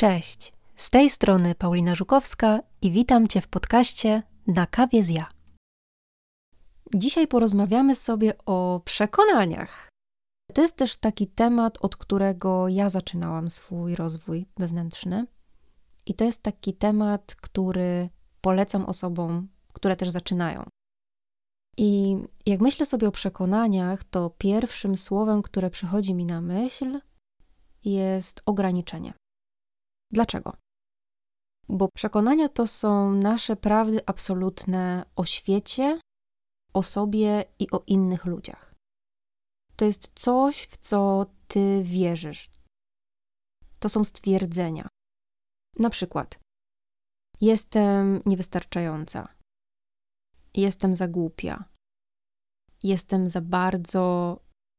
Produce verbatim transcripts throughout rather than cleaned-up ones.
Cześć, z tej strony Paulina Żukowska i witam Cię w podcaście Na kawie z ja. Dzisiaj porozmawiamy sobie o przekonaniach. To jest też taki temat, od którego ja zaczynałam swój rozwój wewnętrzny. I to jest taki temat, który polecam osobom, które też zaczynają. I jak myślę sobie o przekonaniach, to pierwszym słowem, które przychodzi mi na myśl, jest ograniczenie. Dlaczego? Bo przekonania to są nasze prawdy absolutne o świecie, o sobie i o innych ludziach. To jest coś, w co ty wierzysz. To są stwierdzenia. Na przykład, jestem niewystarczająca, jestem za głupia, jestem za bardzo,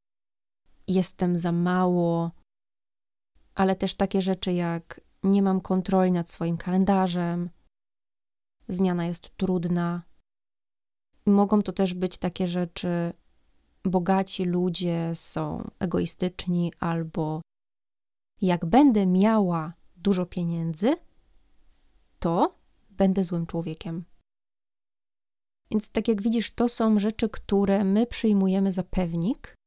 jestem za mało, ale też takie rzeczy jak nie mam kontroli nad swoim kalendarzem, zmiana jest trudna. Mogą to też być takie rzeczy, bogaci ludzie są egoistyczni albo jak będę miała dużo pieniędzy, to będę złym człowiekiem. Więc tak jak widzisz, to są rzeczy, które my przyjmujemy za pewnik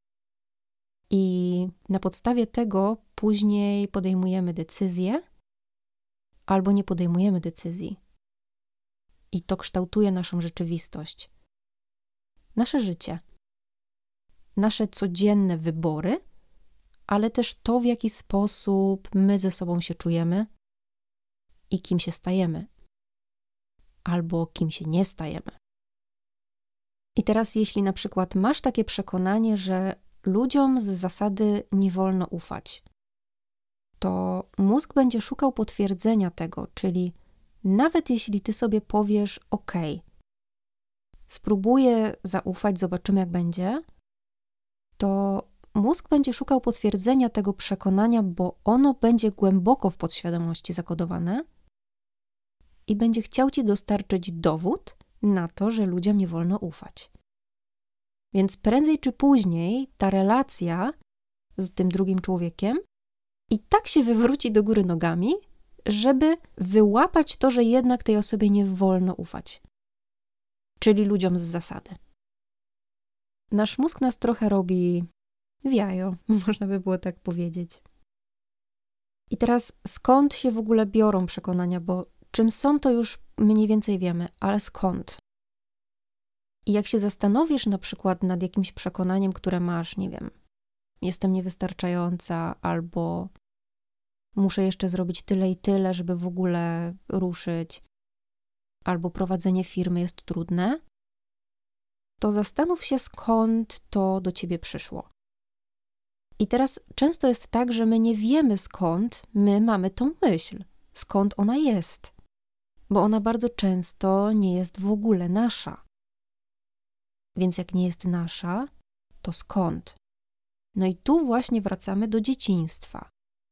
i na podstawie tego później podejmujemy decyzje albo nie podejmujemy decyzji. I to kształtuje naszą rzeczywistość. Nasze życie. Nasze codzienne wybory, ale też to, w jaki sposób my ze sobą się czujemy i kim się stajemy. Albo kim się nie stajemy. I teraz jeśli na przykład masz takie przekonanie, że ludziom z zasady nie wolno ufać, to mózg będzie szukał potwierdzenia tego, czyli nawet jeśli ty sobie powiesz, ok, spróbuję zaufać, zobaczymy jak będzie, to mózg będzie szukał potwierdzenia tego przekonania, bo ono będzie głęboko w podświadomości zakodowane i będzie chciał ci dostarczyć dowód na to, że ludziom nie wolno ufać. Więc prędzej czy później ta relacja z tym drugim człowiekiem i tak się wywróci do góry nogami, żeby wyłapać to, że jednak tej osobie nie wolno ufać. Czyli ludziom z zasady. Nasz mózg nas trochę robi w jajo, można by było tak powiedzieć. I teraz skąd się w ogóle biorą przekonania, bo czym są, to już mniej więcej wiemy, ale skąd? I jak się zastanowisz na przykład nad jakimś przekonaniem, które masz, nie wiem, jestem niewystarczająca albo muszę jeszcze zrobić tyle i tyle, żeby w ogóle ruszyć, albo prowadzenie firmy jest trudne, to zastanów się, skąd to do ciebie przyszło. I teraz często jest tak, że my nie wiemy, skąd my mamy tą myśl, skąd ona jest, bo ona bardzo często nie jest w ogóle nasza. Więc jak nie jest nasza, to skąd? No i tu właśnie wracamy do dzieciństwa.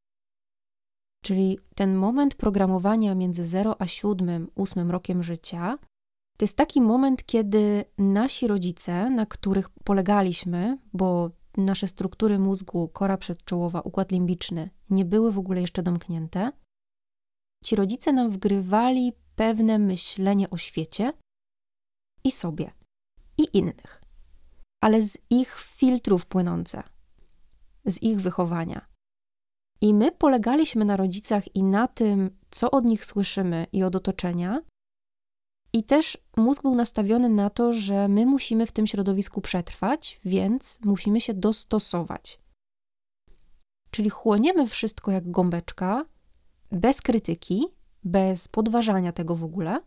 Czyli ten moment programowania między zero a siódmym, ósmym rokiem życia, to jest taki moment, kiedy nasi rodzice, na których polegaliśmy, bo nasze struktury mózgu, kora przedczołowa, układ limbiczny nie były w ogóle jeszcze domknięte, ci rodzice nam wgrywali pewne myślenie o świecie i sobie, i innych, ale z ich filtrów płynące, z ich wychowania. I my polegaliśmy na rodzicach i na tym, co od nich słyszymy i od otoczenia. I też mózg był nastawiony na to, że my musimy w tym środowisku przetrwać, więc musimy się dostosować. Czyli chłoniemy wszystko jak gąbeczka, bez krytyki, bez podważania tego w ogóle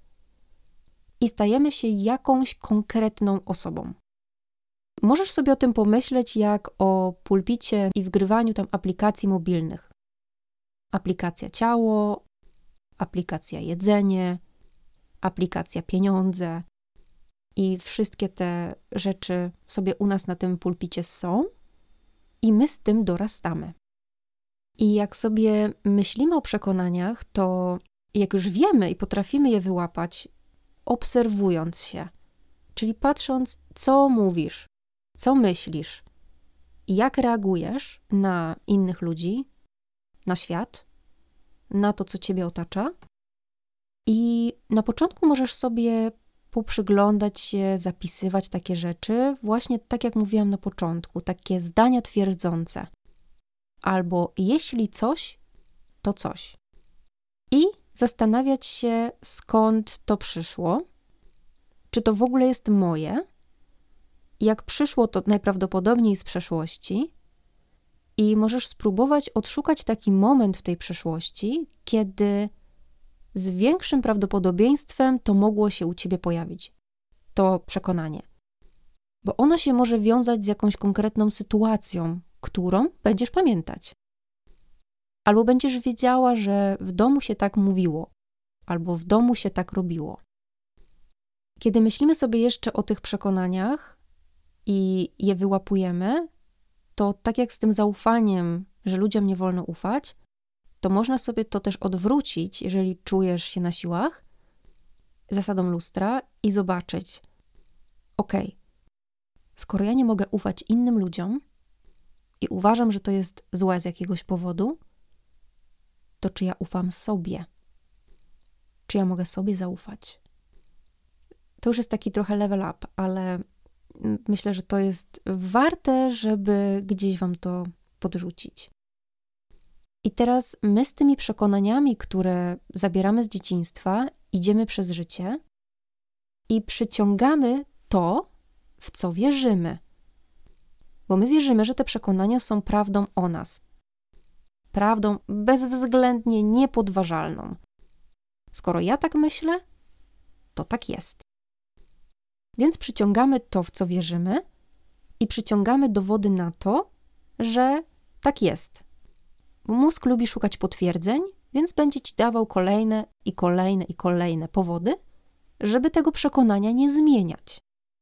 i stajemy się jakąś konkretną osobą. Możesz sobie o tym pomyśleć jak o pulpicie i wgrywaniu tam aplikacji mobilnych. Aplikacja ciało, aplikacja jedzenie, aplikacja pieniądze i wszystkie te rzeczy sobie u nas na tym pulpicie są i my z tym dorastamy. I jak sobie myślimy o przekonaniach, to jak już wiemy i potrafimy je wyłapać, obserwując się, czyli patrząc, co mówisz, co myślisz i jak reagujesz na innych ludzi, na świat, na to, co ciebie otacza. I na początku możesz sobie poprzyglądać się, zapisywać takie rzeczy, właśnie tak jak mówiłam na początku, takie zdania twierdzące. Albo jeśli coś, to coś. I zastanawiać się, skąd to przyszło, czy to w ogóle jest moje. Jak przyszło, to najprawdopodobniej z przeszłości. I możesz spróbować odszukać taki moment w tej przeszłości, kiedy z większym prawdopodobieństwem to mogło się u ciebie pojawić. To przekonanie. Bo ono się może wiązać z jakąś konkretną sytuacją, którą będziesz pamiętać. Albo będziesz wiedziała, że w domu się tak mówiło, albo w domu się tak robiło. Kiedy myślimy sobie jeszcze o tych przekonaniach i je wyłapujemy, to tak jak z tym zaufaniem, że ludziom nie wolno ufać, to można sobie to też odwrócić, jeżeli czujesz się na siłach, zasadą lustra i zobaczyć, okej, skoro ja nie mogę ufać innym ludziom i uważam, że to jest złe z jakiegoś powodu, to czy ja ufam sobie? Czy ja mogę sobie zaufać? To już jest taki trochę level up, ale myślę, że to jest warte, żeby gdzieś wam to podrzucić. I teraz my z tymi przekonaniami, które zabieramy z dzieciństwa, idziemy przez życie i przyciągamy to, w co wierzymy. Bo my wierzymy, że te przekonania są prawdą o nas. Prawdą bezwzględnie niepodważalną. Skoro ja tak myślę, to tak jest. Więc przyciągamy to, w co wierzymy i przyciągamy dowody na to, że tak jest. Bo mózg lubi szukać potwierdzeń, więc będzie ci dawał kolejne i kolejne i kolejne powody, żeby tego przekonania nie zmieniać.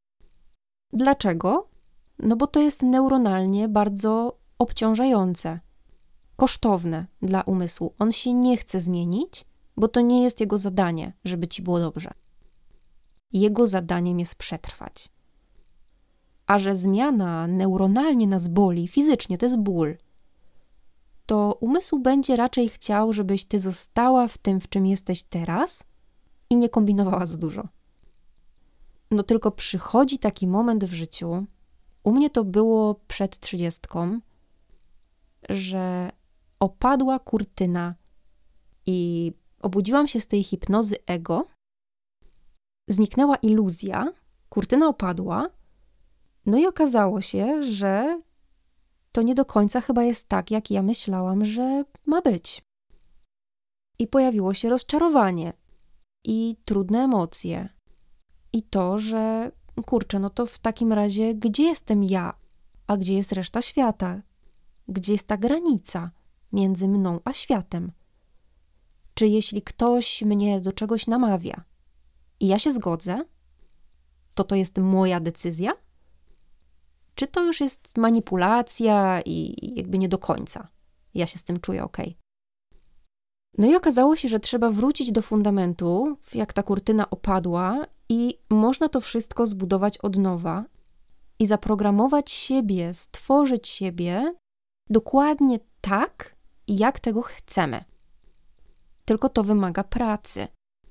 Dlaczego? No bo to jest neuronalnie bardzo obciążające, kosztowne dla umysłu. On się nie chce zmienić, bo to nie jest jego zadanie, żeby ci było dobrze. Jego zadaniem jest przetrwać. A że zmiana neuronalnie nas boli, fizycznie to jest ból, to umysł będzie raczej chciał, żebyś ty została w tym, w czym jesteś teraz i nie kombinowała za dużo. No tylko przychodzi taki moment w życiu, u mnie to było przed trzydziestką, że opadła kurtyna i obudziłam się z tej hipnozy ego, zniknęła iluzja, kurtyna opadła, no i okazało się, że to nie do końca chyba jest tak, jak ja myślałam, że ma być. I pojawiło się rozczarowanie i trudne emocje. I to, że kurczę, no to w takim razie gdzie jestem ja, a gdzie jest reszta świata? Gdzie jest ta granica między mną a światem? Czy jeśli ktoś mnie do czegoś namawia i ja się zgodzę, to to jest moja decyzja? Czy to już jest manipulacja i jakby nie do końca? Ja się z tym czuję okej. No i okazało się, że trzeba wrócić do fundamentu, jak ta kurtyna opadła i można to wszystko zbudować od nowa i zaprogramować siebie, stworzyć siebie dokładnie tak, jak tego chcemy. Tylko to wymaga pracy.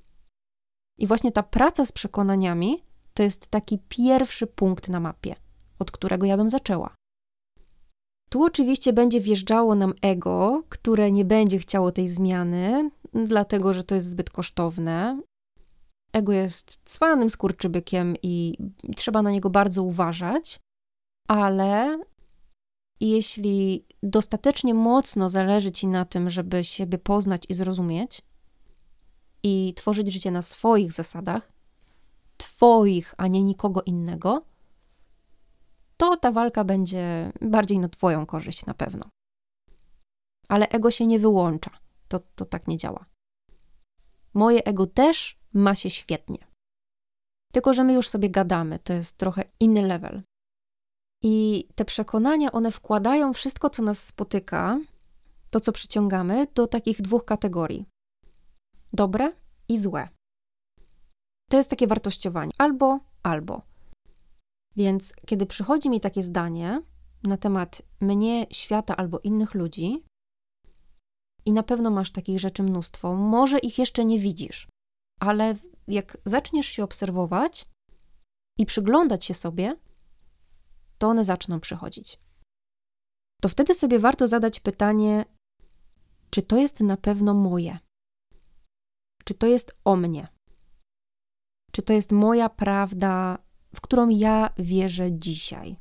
I właśnie ta praca z przekonaniami to jest taki pierwszy punkt na mapie, od którego ja bym zaczęła. Tu oczywiście będzie wjeżdżało nam ego, które nie będzie chciało tej zmiany, dlatego że to jest zbyt kosztowne. Ego jest cwanym skurczybykiem i trzeba na niego bardzo uważać, ale jeśli dostatecznie mocno zależy ci na tym, żeby siebie poznać i zrozumieć i tworzyć życie na swoich zasadach, twoich, a nie nikogo innego, to ta walka będzie bardziej na twoją korzyść na pewno. Ale ego się nie wyłącza. To, to tak nie działa. Moje ego też ma się świetnie. Tylko że my już sobie gadamy. To jest trochę inny level. I te przekonania, one wkładają wszystko, co nas spotyka, to, co przyciągamy, do takich dwóch kategorii. Dobre i złe. To jest takie wartościowanie. Albo, albo. Więc kiedy przychodzi mi takie zdanie na temat mnie, świata albo innych ludzi, i na pewno masz takich rzeczy mnóstwo. Może ich jeszcze nie widzisz, ale jak zaczniesz się obserwować i przyglądać się sobie, to one zaczną przychodzić. To wtedy sobie warto zadać pytanie, czy to jest na pewno moje? Czy to jest o mnie? Czy to jest moja prawda, w którą ja wierzę dzisiaj?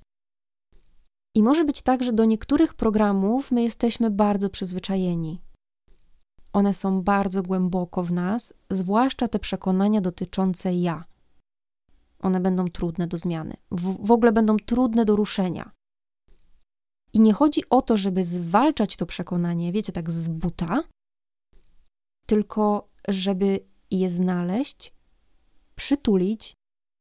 I może być tak, że do niektórych programów my jesteśmy bardzo przyzwyczajeni. One są bardzo głęboko w nas, zwłaszcza te przekonania dotyczące ja. One będą trudne do zmiany. W, w ogóle będą trudne do ruszenia. I nie chodzi o to, żeby zwalczać to przekonanie, wiecie, tak z buta, tylko żeby je znaleźć, przytulić,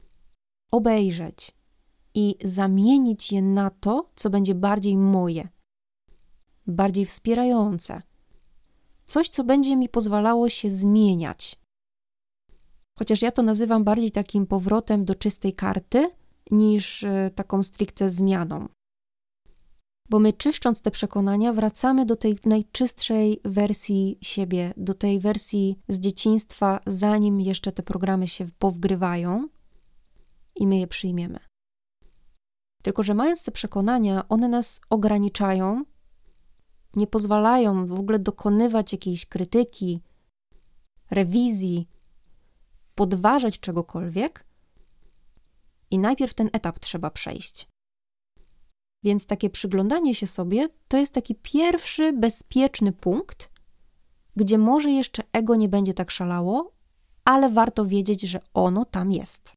obejrzeć i zamienić je na to, co będzie bardziej moje, bardziej wspierające. Coś, co będzie mi pozwalało się zmieniać. Chociaż ja to nazywam bardziej takim powrotem do czystej karty, niż taką stricte zmianą. Bo my, czyszcząc te przekonania, wracamy do tej najczystszej wersji siebie, do tej wersji z dzieciństwa, zanim jeszcze te programy się powgrywają i my je przyjmiemy. Tylko że mając te przekonania, one nas ograniczają, nie pozwalają w ogóle dokonywać jakiejś krytyki, rewizji, podważać czegokolwiek i najpierw ten etap trzeba przejść. Więc takie przyglądanie się sobie to jest taki pierwszy, bezpieczny punkt, gdzie może jeszcze ego nie będzie tak szalało, ale warto wiedzieć, że ono tam jest.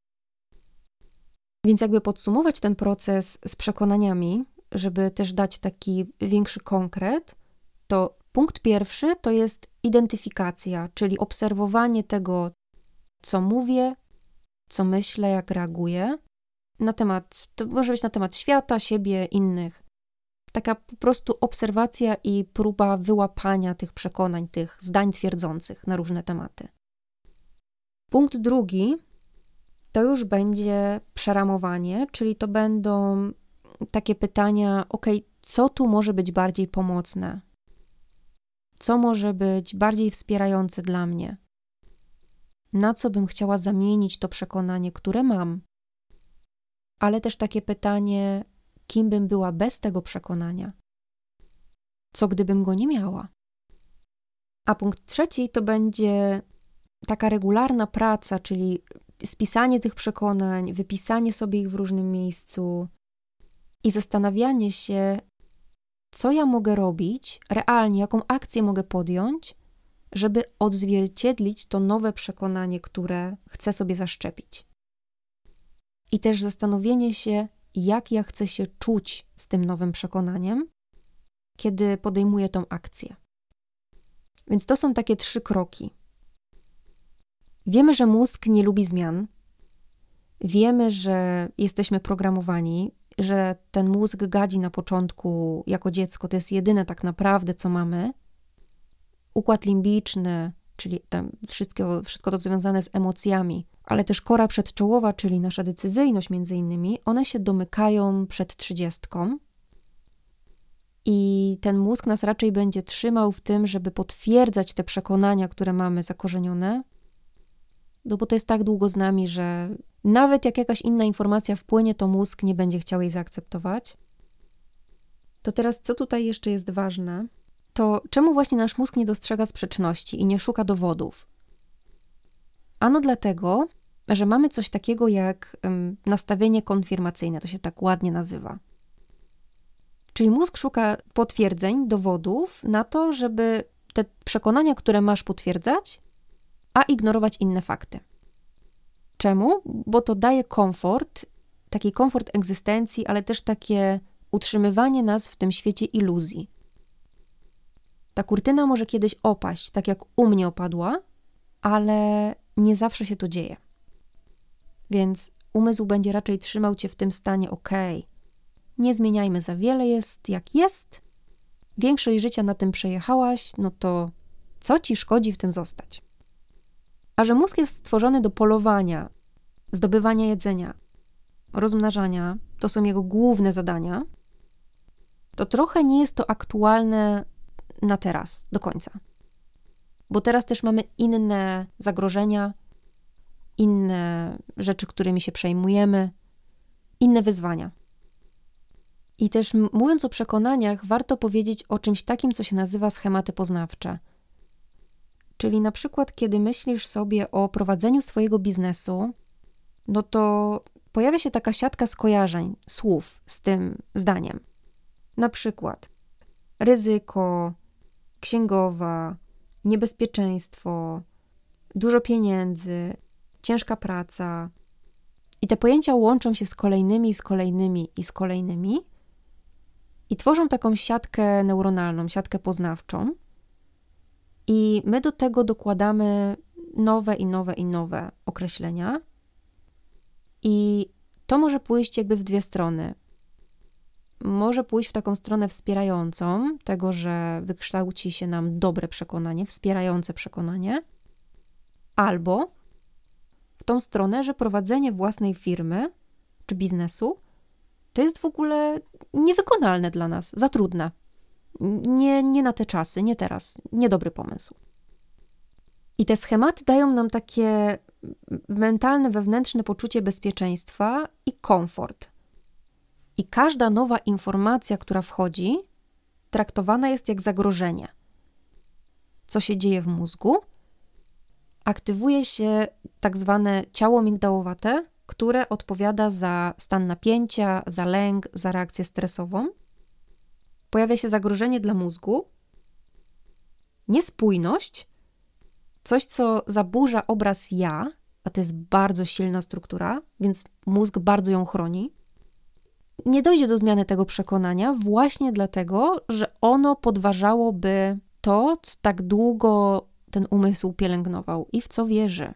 Więc jakby podsumować ten proces z przekonaniami, żeby też dać taki większy konkret, to punkt pierwszy to jest identyfikacja, czyli obserwowanie tego, co mówię, co myślę, jak reaguję, na temat, to może być na temat świata, siebie, innych. Taka po prostu obserwacja i próba wyłapania tych przekonań, tych zdań twierdzących na różne tematy. Punkt drugi to już będzie przeramowanie, czyli to będą takie pytania, ok, co tu może być bardziej pomocne? Co może być bardziej wspierające dla mnie? Na co bym chciała zamienić to przekonanie, które mam? Ale też takie pytanie, kim bym była bez tego przekonania? Co gdybym go nie miała? A punkt trzeci to będzie taka regularna praca, czyli spisanie tych przekonań, wypisanie sobie ich w różnym miejscu i zastanawianie się, co ja mogę robić realnie, jaką akcję mogę podjąć, żeby odzwierciedlić to nowe przekonanie, które chcę sobie zaszczepić. I też zastanowienie się, jak ja chcę się czuć z tym nowym przekonaniem, kiedy podejmuję tą akcję. Więc to są takie trzy kroki. Wiemy, że mózg nie lubi zmian. Wiemy, że jesteśmy programowani, że ten mózg gadzi na początku jako dziecko. To jest jedyne tak naprawdę, co mamy. Układ limbiczny, czyli tam wszystko, wszystko to związane z emocjami, ale też kora przedczołowa, czyli nasza decyzyjność między innymi, one się domykają przed trzydziestką. I ten mózg nas raczej będzie trzymał w tym, żeby potwierdzać te przekonania, które mamy zakorzenione, no bo to jest tak długo z nami, że nawet jak jakaś inna informacja wpłynie, to mózg nie będzie chciał jej zaakceptować. To teraz, co tutaj jeszcze jest ważne, to czemu właśnie nasz mózg nie dostrzega sprzeczności i nie szuka dowodów? Ano dlatego, że mamy coś takiego jak um, nastawienie konfirmacyjne, to się tak ładnie nazywa. Czyli mózg szuka potwierdzeń, dowodów na to, żeby te przekonania, które masz, potwierdzać, a ignorować inne fakty. Czemu? Bo to daje komfort, taki komfort egzystencji, ale też takie utrzymywanie nas w tym świecie iluzji. Ta kurtyna może kiedyś opaść, tak jak u mnie opadła, ale nie zawsze się to dzieje. Więc umysł będzie raczej trzymał cię w tym stanie, okej, okay, nie zmieniajmy za wiele, jest jak jest, większość życia na tym przejechałaś, no to co ci szkodzi w tym zostać? A że mózg jest stworzony do polowania, zdobywania jedzenia, rozmnażania, to są jego główne zadania, to trochę nie jest to aktualne na teraz, do końca. Bo teraz też mamy inne zagrożenia, inne rzeczy, którymi się przejmujemy, inne wyzwania. I też mówiąc o przekonaniach, warto powiedzieć o czymś takim, co się nazywa schematy poznawcze. Czyli na przykład, kiedy myślisz sobie o prowadzeniu swojego biznesu, no to pojawia się taka siatka skojarzeń, słów z tym zdaniem. Na przykład ryzyko, księgowa, niebezpieczeństwo, dużo pieniędzy, ciężka praca. I te pojęcia łączą się z kolejnymi, z kolejnymi i z kolejnymi i tworzą taką siatkę neuronalną, siatkę poznawczą. I my do tego dokładamy nowe i nowe i nowe określenia. I to może pójść jakby w dwie strony. Może pójść w taką stronę wspierającą tego, że wykształci się nam dobre przekonanie, wspierające przekonanie, albo w tą stronę, że prowadzenie własnej firmy czy biznesu to jest w ogóle niewykonalne dla nas, za trudne. Nie, nie na te czasy, nie teraz, niedobry pomysł. I te schematy dają nam takie mentalne, wewnętrzne poczucie bezpieczeństwa i komfort. I każda nowa informacja, która wchodzi, traktowana jest jak zagrożenie. Co się dzieje w mózgu? Aktywuje się tak zwane ciało migdałowate, które odpowiada za stan napięcia, za lęk, za reakcję stresową. Pojawia się zagrożenie dla mózgu, niespójność, coś, co zaburza obraz ja, a to jest bardzo silna struktura, więc mózg bardzo ją chroni. Nie dojdzie do zmiany tego przekonania właśnie dlatego, że ono podważałoby to, co tak długo ten umysł pielęgnował i w co wierzy.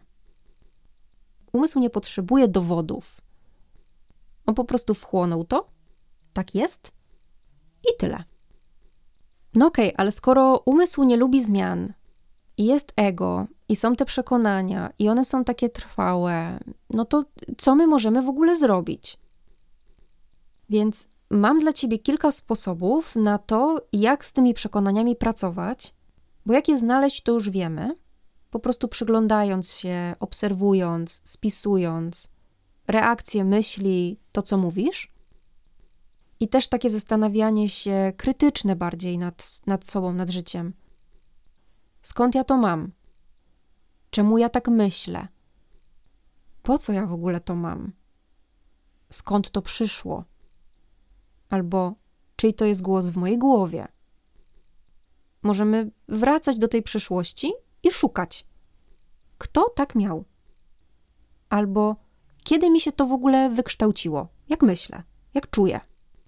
Umysł nie potrzebuje dowodów. On po prostu wchłonął to, tak jest i tyle. No okej, okay, ale skoro umysł nie lubi zmian i jest ego i są te przekonania i one są takie trwałe, no to co my możemy w ogóle zrobić? Więc mam dla ciebie kilka sposobów na to, jak z tymi przekonaniami pracować, bo jak je znaleźć, to już wiemy. Po prostu przyglądając się, obserwując, spisując reakcje, myśli, to co mówisz. I też takie zastanawianie się krytyczne bardziej nad, nad sobą, nad życiem. Skąd ja to mam? Czemu ja tak myślę? Po co ja w ogóle to mam? Skąd to przyszło? Albo czyj to jest głos w mojej głowie? Możemy wracać do tej przeszłości i szukać. Kto tak miał? Albo kiedy mi się to w ogóle wykształciło? Jak myślę? Jak czuję?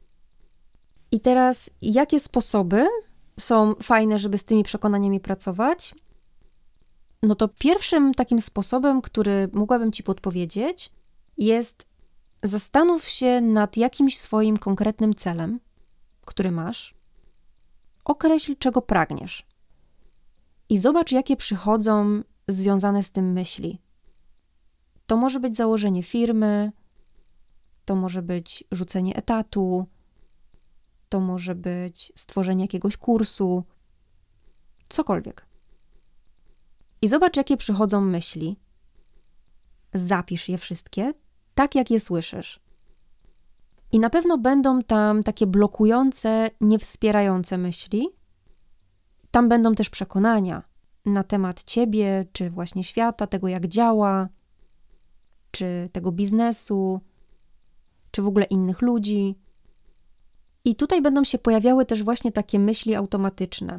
I teraz, jakie sposoby są fajne, żeby z tymi przekonaniami pracować? No to pierwszym takim sposobem, który mogłabym ci podpowiedzieć, jest zastanów się nad jakimś swoim konkretnym celem, który masz. Określ, czego pragniesz. I zobacz, jakie przychodzą związane z tym myśli. To może być założenie firmy, to może być rzucenie etatu, to może być stworzenie jakiegoś kursu, cokolwiek. I zobacz, jakie przychodzą myśli. Zapisz je wszystkie, tak jak je słyszysz. I na pewno będą tam takie blokujące, niewspierające myśli. Tam będą też przekonania na temat ciebie, czy właśnie świata, tego jak działa, czy tego biznesu, czy w ogóle innych ludzi. I tutaj będą się pojawiały też właśnie takie myśli automatyczne.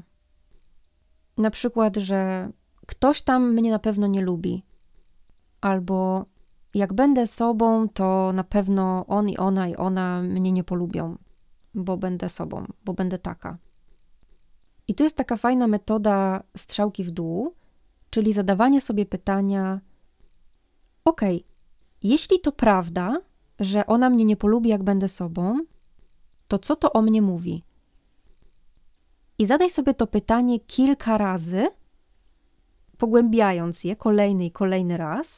Na przykład, że ktoś tam mnie na pewno nie lubi. Albo jak będę sobą, to na pewno on i ona i ona mnie nie polubią, bo będę sobą, bo będę taka. I tu jest taka fajna metoda strzałki w dół, czyli zadawanie sobie pytania: okej, okay, jeśli to prawda, że ona mnie nie polubi, jak będę sobą, to co to o mnie mówi? I zadaj sobie to pytanie kilka razy, pogłębiając je kolejny i kolejny raz.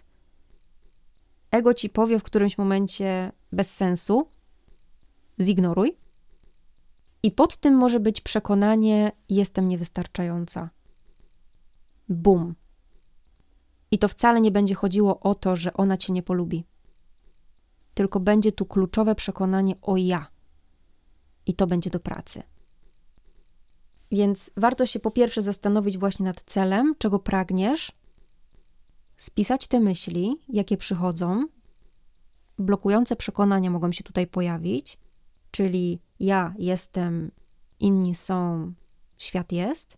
Ego ci powie w którymś momencie bez sensu, zignoruj. I pod tym może być przekonanie: jestem niewystarczająca. Bum. I to wcale nie będzie chodziło o to, że ona cię nie polubi. Tylko będzie tu kluczowe przekonanie o ja. I to będzie do pracy. Więc warto się po pierwsze zastanowić właśnie nad celem, czego pragniesz, spisać te myśli, jakie przychodzą. Blokujące przekonania mogą się tutaj pojawić, czyli ja jestem, inni są, świat jest.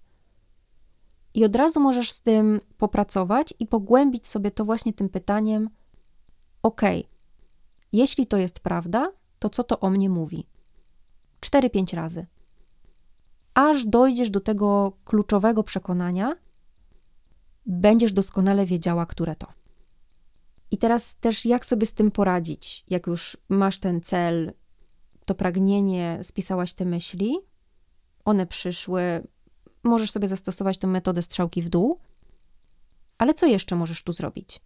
I od razu możesz z tym popracować i pogłębić sobie to właśnie tym pytaniem: okej, jeśli to jest prawda, to co to o mnie mówi? cztery pięć razy. Aż dojdziesz do tego kluczowego przekonania, będziesz doskonale wiedziała, które to. I teraz też jak sobie z tym poradzić? Jak już masz ten cel, to pragnienie, spisałaś te myśli, one przyszły, możesz sobie zastosować tę metodę strzałki w dół, ale co jeszcze możesz tu zrobić?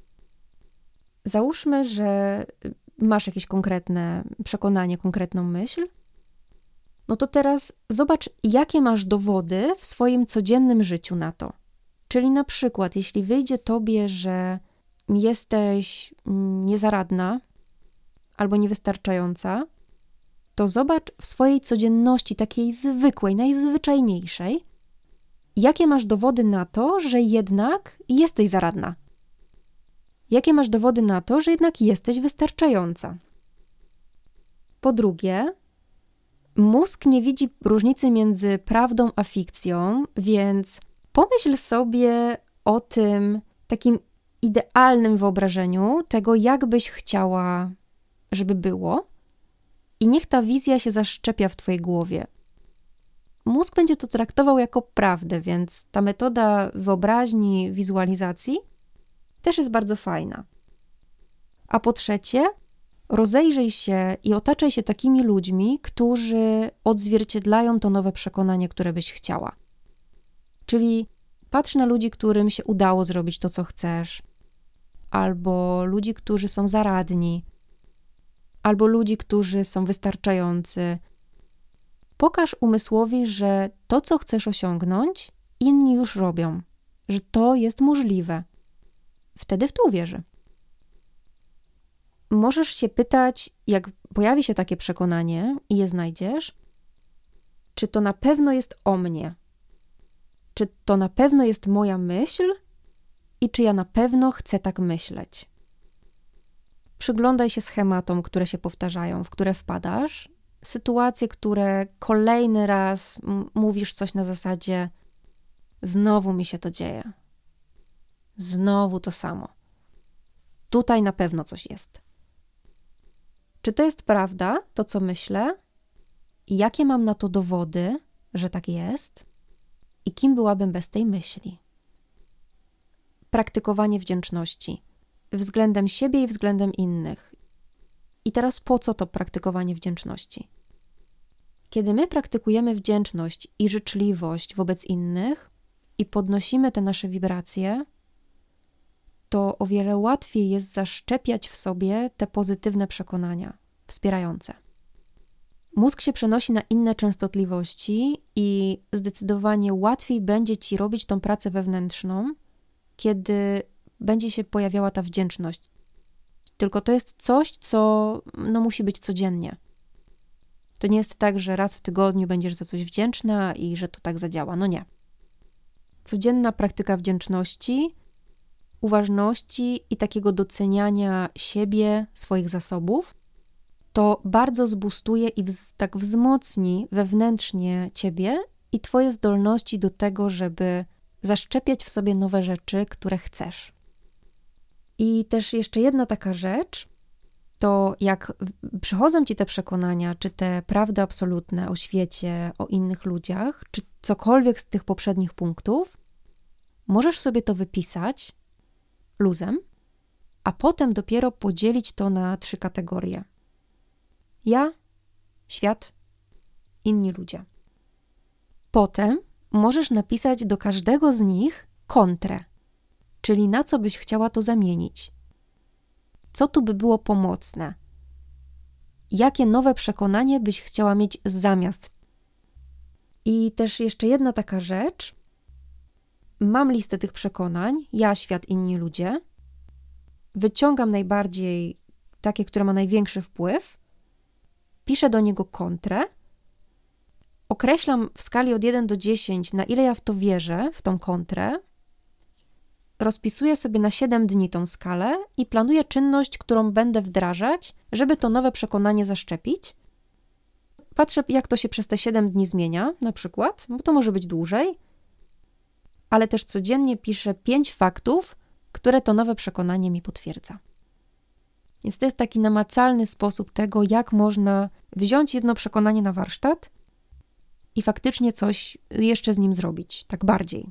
Załóżmy, że masz jakieś konkretne przekonanie, konkretną myśl, no to teraz zobacz, jakie masz dowody w swoim codziennym życiu na to. Czyli na przykład, jeśli wyjdzie tobie, że jesteś niezaradna albo niewystarczająca, to zobacz w swojej codzienności, takiej zwykłej, najzwyczajniejszej, jakie masz dowody na to, że jednak jesteś zaradna. Jakie masz dowody na to, że jednak jesteś wystarczająca. Po drugie, mózg nie widzi różnicy między prawdą a fikcją, więc pomyśl sobie o tym takim idealnym wyobrażeniu tego, jak byś chciała, żeby było, i niech ta wizja się zaszczepia w twojej głowie. Mózg będzie to traktował jako prawdę, więc ta metoda wyobraźni, wizualizacji też jest bardzo fajna. A po trzecie, rozejrzyj się i otaczaj się takimi ludźmi, którzy odzwierciedlają to nowe przekonanie, które byś chciała. Czyli patrz na ludzi, którym się udało zrobić to, co chcesz, albo ludzi, którzy są zaradni, albo ludzi, którzy są wystarczający. Pokaż umysłowi, że to, co chcesz osiągnąć, inni już robią, że to jest możliwe. Wtedy w to uwierzy. Możesz się pytać, jak pojawi się takie przekonanie i je znajdziesz, czy to na pewno jest o mnie? Czy to na pewno jest moja myśl i czy ja na pewno chcę tak myśleć? Przyglądaj się schematom, które się powtarzają, w które wpadasz, sytuacje, które kolejny raz m- mówisz coś na zasadzie: znowu mi się to dzieje. Znowu to samo. Tutaj na pewno coś jest. Czy to jest prawda, to co myślę? I jakie mam na to dowody, że tak jest? I kim byłabym bez tej myśli? Praktykowanie wdzięczności względem siebie i względem innych. I teraz po co to praktykowanie wdzięczności? Kiedy my praktykujemy wdzięczność i życzliwość wobec innych i podnosimy te nasze wibracje, to o wiele łatwiej jest zaszczepiać w sobie te pozytywne przekonania, wspierające. Mózg się przenosi na inne częstotliwości i zdecydowanie łatwiej będzie ci robić tą pracę wewnętrzną, kiedy będzie się pojawiała ta wdzięczność. Tylko to jest coś, co no, musi być codziennie. To nie jest tak, że raz w tygodniu będziesz za coś wdzięczna i że to tak zadziała. No nie. Codzienna praktyka wdzięczności, uważności i takiego doceniania siebie, swoich zasobów, to bardzo zbustuje i wz, tak wzmocni wewnętrznie ciebie i twoje zdolności do tego, żeby zaszczepiać w sobie nowe rzeczy, które chcesz. I też jeszcze jedna taka rzecz, to jak przychodzą ci te przekonania, czy te prawdy absolutne o świecie, o innych ludziach, czy cokolwiek z tych poprzednich punktów, możesz sobie to wypisać luzem, a potem dopiero podzielić to na trzy kategorie. Ja, świat, inni ludzie. Potem możesz napisać do każdego z nich kontrę, czyli na co byś chciała to zamienić. Co tu by było pomocne? Jakie nowe przekonanie byś chciała mieć zamiast I też jeszcze jedna taka rzecz. Mam listę tych przekonań, ja, świat, inni ludzie. Wyciągam najbardziej takie, które ma największy wpływ. Piszę do niego kontrę. Określam w skali od jeden do dziesięciu, na ile ja w to wierzę, w tą kontrę. Rozpisuję sobie na siedem dni tą skalę i planuję czynność, którą będę wdrażać, żeby to nowe przekonanie zaszczepić. Patrzę, jak to się przez te siedem dni zmienia, na przykład, bo to może być dłużej, ale też codziennie piszę pięć faktów, które to nowe przekonanie mi potwierdza. Więc to jest taki namacalny sposób tego, jak można wziąć jedno przekonanie na warsztat i faktycznie coś jeszcze z nim zrobić, tak bardziej.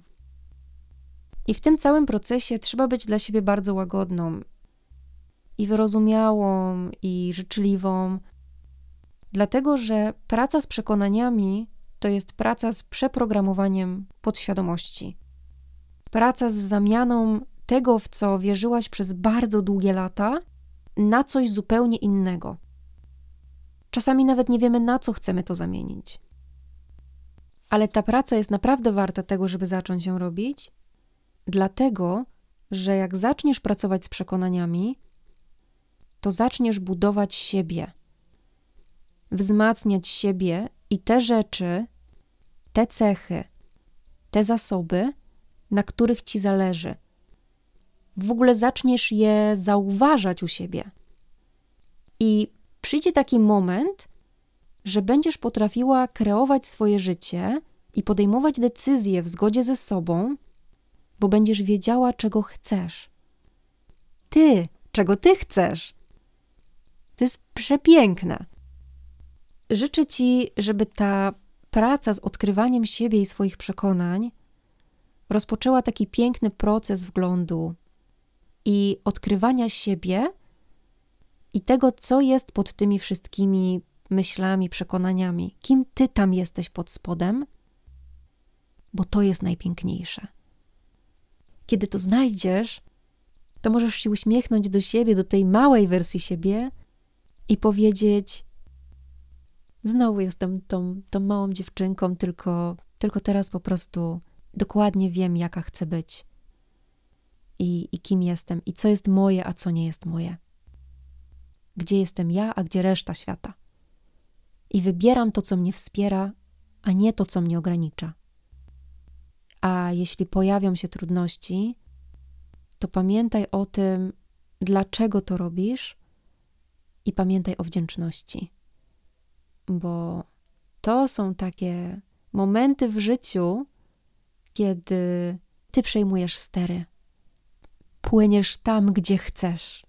I w tym całym procesie trzeba być dla siebie bardzo łagodną i wyrozumiałą i życzliwą, dlatego że praca z przekonaniami to jest praca z przeprogramowaniem podświadomości. Praca z zamianą tego, w co wierzyłaś przez bardzo długie lata, na coś zupełnie innego. Czasami nawet nie wiemy, na co chcemy to zamienić. Ale ta praca jest naprawdę warta tego, żeby zacząć ją robić, dlatego, że jak zaczniesz pracować z przekonaniami, to zaczniesz budować siebie, wzmacniać siebie i te rzeczy, te cechy, te zasoby, na których ci zależy. W ogóle zaczniesz je zauważać u siebie. I przyjdzie taki moment, że będziesz potrafiła kreować swoje życie i podejmować decyzje w zgodzie ze sobą, bo będziesz wiedziała, czego chcesz. Ty, czego ty chcesz. To jest przepiękne. Życzę ci, żeby ta praca z odkrywaniem siebie i swoich przekonań rozpoczęła taki piękny proces wglądu i odkrywania siebie i tego, co jest pod tymi wszystkimi myślami, przekonaniami. Kim ty tam jesteś pod spodem, bo to jest najpiękniejsze. Kiedy to znajdziesz, to możesz się uśmiechnąć do siebie, do tej małej wersji siebie i powiedzieć: znowu jestem tą, tą małą dziewczynką, tylko, tylko teraz po prostu dokładnie wiem, jaka chcę być i, i kim jestem i co jest moje, a co nie jest moje. Gdzie jestem ja, a gdzie reszta świata. I wybieram to, co mnie wspiera, a nie to, co mnie ogranicza. A jeśli pojawią się trudności, to pamiętaj o tym, dlaczego to robisz i pamiętaj o wdzięczności. Bo to są takie momenty w życiu, kiedy ty przejmujesz stery. Płyniesz tam, gdzie chcesz.